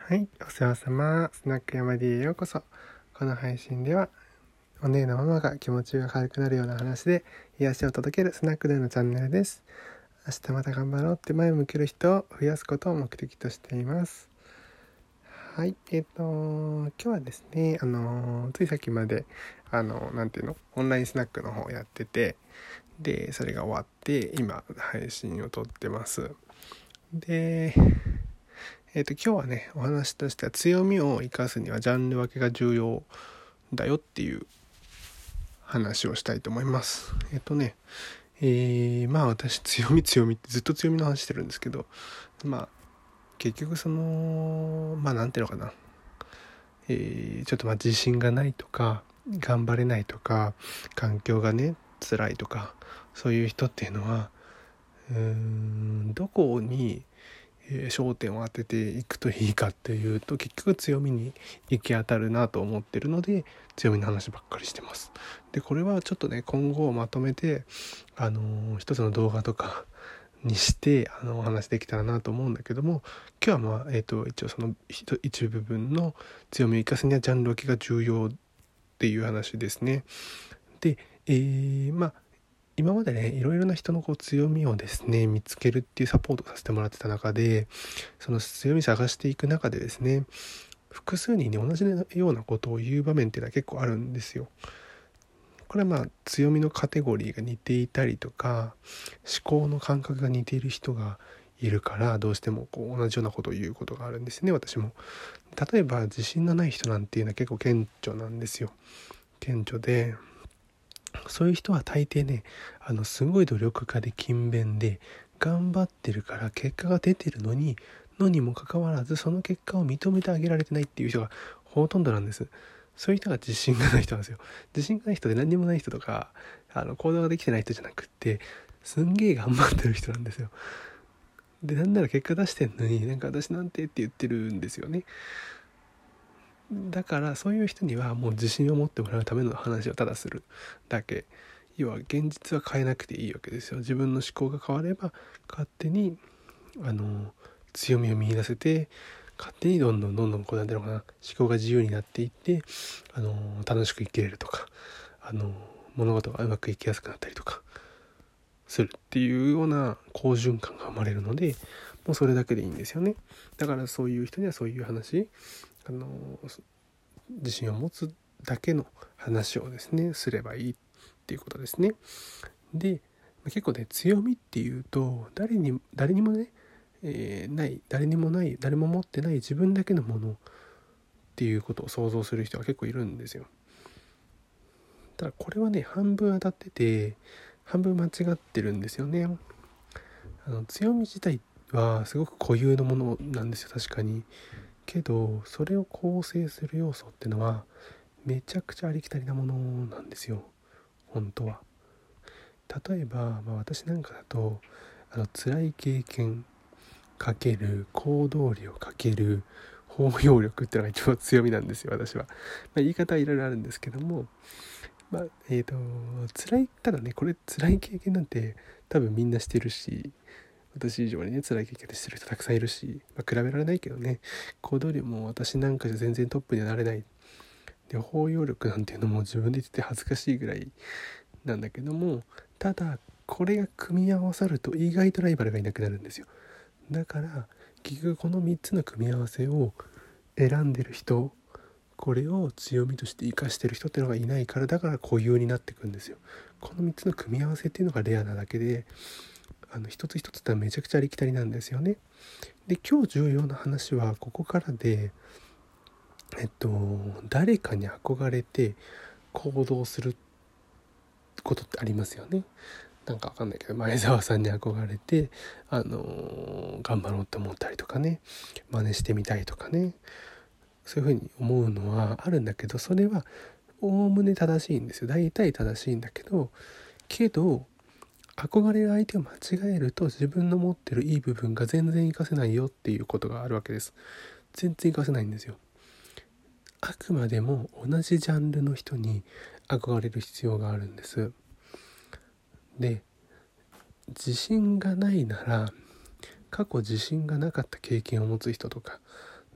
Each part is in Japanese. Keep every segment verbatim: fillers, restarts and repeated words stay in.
はい、お世話様。スナック山 D へようこそ。この配信ではお姉のママが気持ちが軽くなるような話で癒しを届けるスナックでのチャンネルです。明日また頑張ろうって前を向ける人を増やすことを目的としています。はい、えっ、ー、と今日はですね、あのついさっきまであのなんていうのオンラインスナックの方をやってて、でそれが終わって今配信を撮ってます。でえっと今日はね、お話としては強みを生かすにはジャンル分けが重要だよっていう話をしたいと思います。えっとね、えー、まあ私強み強みってずっと強みの話してるんですけど、まあ結局そのまあなんていうのかな、えー、ちょっとまあ自信がないとか頑張れないとか環境がね辛いとかそういう人っていうのはうーんどこにえー、焦点を当てていくといいかっていうと結局強みに行き当たるなと思ってるので強みの話ばっかりしてます。でこれはちょっとね今後まとめてあのー、一つの動画とかにしてあのお話できたらなと思うんだけども、今日はまあえっと一応その一部分の強みを生かすにはジャンル分けが重要っていう話ですね。で、えー、まあ今までねいろいろな人のこう強みをですね見つけるっていうサポートをさせてもらってた中で、その強み探していく中でですね複数人に同じようなことを言う場面っていうのは結構あるんですよ。これはまあ強みのカテゴリーが似ていたりとか思考の感覚が似ている人がいるからどうしてもこう同じようなことを言うことがあるんですね。私も例えば自信のない人なんていうのは結構顕著なんですよ。顕著でそういう人は大抵ねあのすごい努力家で勤勉で頑張ってるから結果が出てるのにのにもかかわらずその結果を認めてあげられてないっていう人がほとんどなんです。そういう人が自信がない人なんですよ。自信がない人で何にもない人とかあの行動ができてない人じゃなくってすんげえ頑張ってる人なんですよ。でなんなら結果出してんのになんか私なんてって言ってるんですよね。だからそういう人にはもう自信を持ってもらうための話をただするだけ。要は現実は変えなくていいわけですよ。自分の思考が変われば勝手にあの強みを見出せて勝手にどんどんどんどんこうなんていうのかな思考が自由になっていってあの楽しく生きれるとかあの物事がうまくいきやすくなったりとかするっていうような好循環が生まれるのでもうそれだけでいいんですよね。だからそういう人にはそういう話あの自信を持つだけの話をですねすればいいっていうことですね。で結構ね強みっていうと誰に誰にもね、えー、ない誰にもない誰も持ってない自分だけのものっていうことを想像する人が結構いるんですよ。ただこれはね半分当たってて半分間違ってるんですよね。あの強み自体はすごく固有のものなんですよ確かに。けどそれを構成する要素ってのはめちゃくちゃありきたりなものなんですよ本当は。例えば、まあ、私なんかだとあの辛い経験かける行動量かける包容力っていうのが一番強みなんですよ私は。まあ、言い方はいろいろあるんですけども、まあえーと辛いただねこれ辛い経験なんて多分みんなしてるし私以上にね辛い経験してる人たくさんいるし、まあ、比べられないけどね行動量も私なんかじゃ全然トップにはなれないで包容力なんていうのも自分で言ってて恥ずかしいぐらいなんだけども、ただこれが組み合わさると意外とライバルがいなくなるんですよ。だから結局このみっつの組み合わせを選んでる人これを強みとして生かしてる人っていうのがいないからだから固有になっていくんですよ。このみっつの組み合わせっていうのがレアなだけであの一つ一つってのはめちゃくちゃありきたりなんですよね。で今日重要な話はここからでえっと誰かに憧れて行動することってありますよね。なんかわかんないけど前澤さんに憧れてあのー、頑張ろうって思ったりとかね真似してみたいとかねそういうふうに思うのはあるんだけどそれはおおむね正しいんですよ。大体正しいんだけどけど憧れる相手を間違えると自分の持ってるいい部分が全然活かせないよっていうことがあるわけです。全然活かせないんですよ。あくまでも同じジャンルの人に憧れる必要があるんです。で自信がないなら過去自信がなかった経験を持つ人とか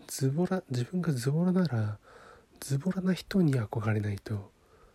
ズボラ自分がズボラならズボラな人に憧れないと、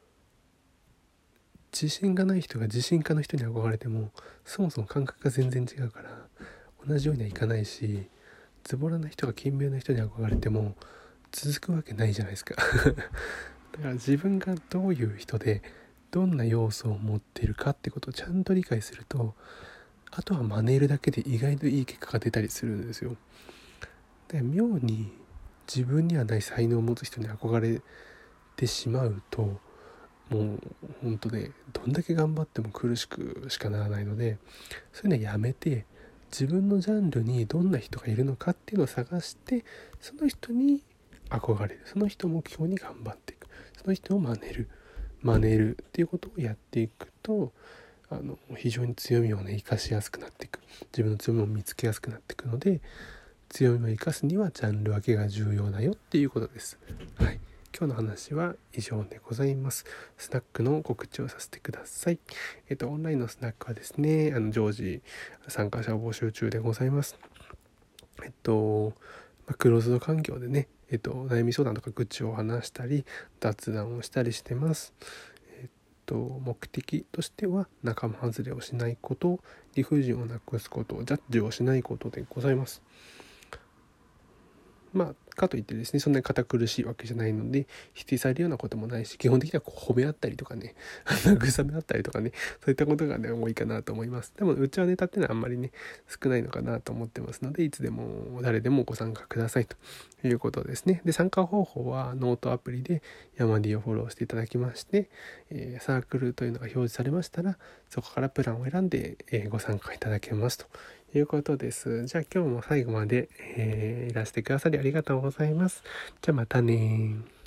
自信がない人が自信家の人に憧れてもそもそも感覚が全然違うから同じようにはいかないし、ズボラな人が勤勉な人に憧れても続くわけないじゃないですかだから自分がどういう人でどんな要素を持っているかってことをちゃんと理解すると、あとは真似るだけで意外といい結果が出たりするんですよ。で、妙に自分にはない才能を持つ人に憧れてしまうと、もう本当ね、どんだけ頑張っても苦しくしかならないので、そういうのはやめて、自分のジャンルにどんな人がいるのかっていうのを探して、その人に憧れる、その人を目標に頑張っていく、その人を真似る真似るっていうことをやっていくと、あの非常に強みをね生かしやすくなっていく、自分の強みを見つけやすくなっていくので、強みを生かすにはジャンル分けが重要だよっていうことです。はい、今日の話は以上でございます。スナックの告知をさせてください。えっとオンラインのスナックはですね、あの常時参加者を募集中でございます。えっと、まあ、クローズド環境でね、えっと悩み相談とか愚痴を話したり雑談をしたりしてます。えっと目的としては仲間外れをしないこと、理不尽をなくすこと、ジャッジをしないことでございます。まあかといってですね、そんなに堅苦しいわけじゃないので、否定されるようなこともないし、基本的にはこう褒め合ったりとかね慰め合ったりとかね、そういったことがね多いかなと思います。でもうちはネタっていうのはあんまりね少ないのかなと思ってますので、いつでも誰でもご参加くださいということですね。で、参加方法はノートアプリでヤマディをフォローしていただきまして、えー、サークルというのが表示されましたら、そこからプランを選んで、えー、ご参加いただけますということです。じゃあ今日も最後まで、えー、いらしてくださりありがとうございます。じゃあまたね。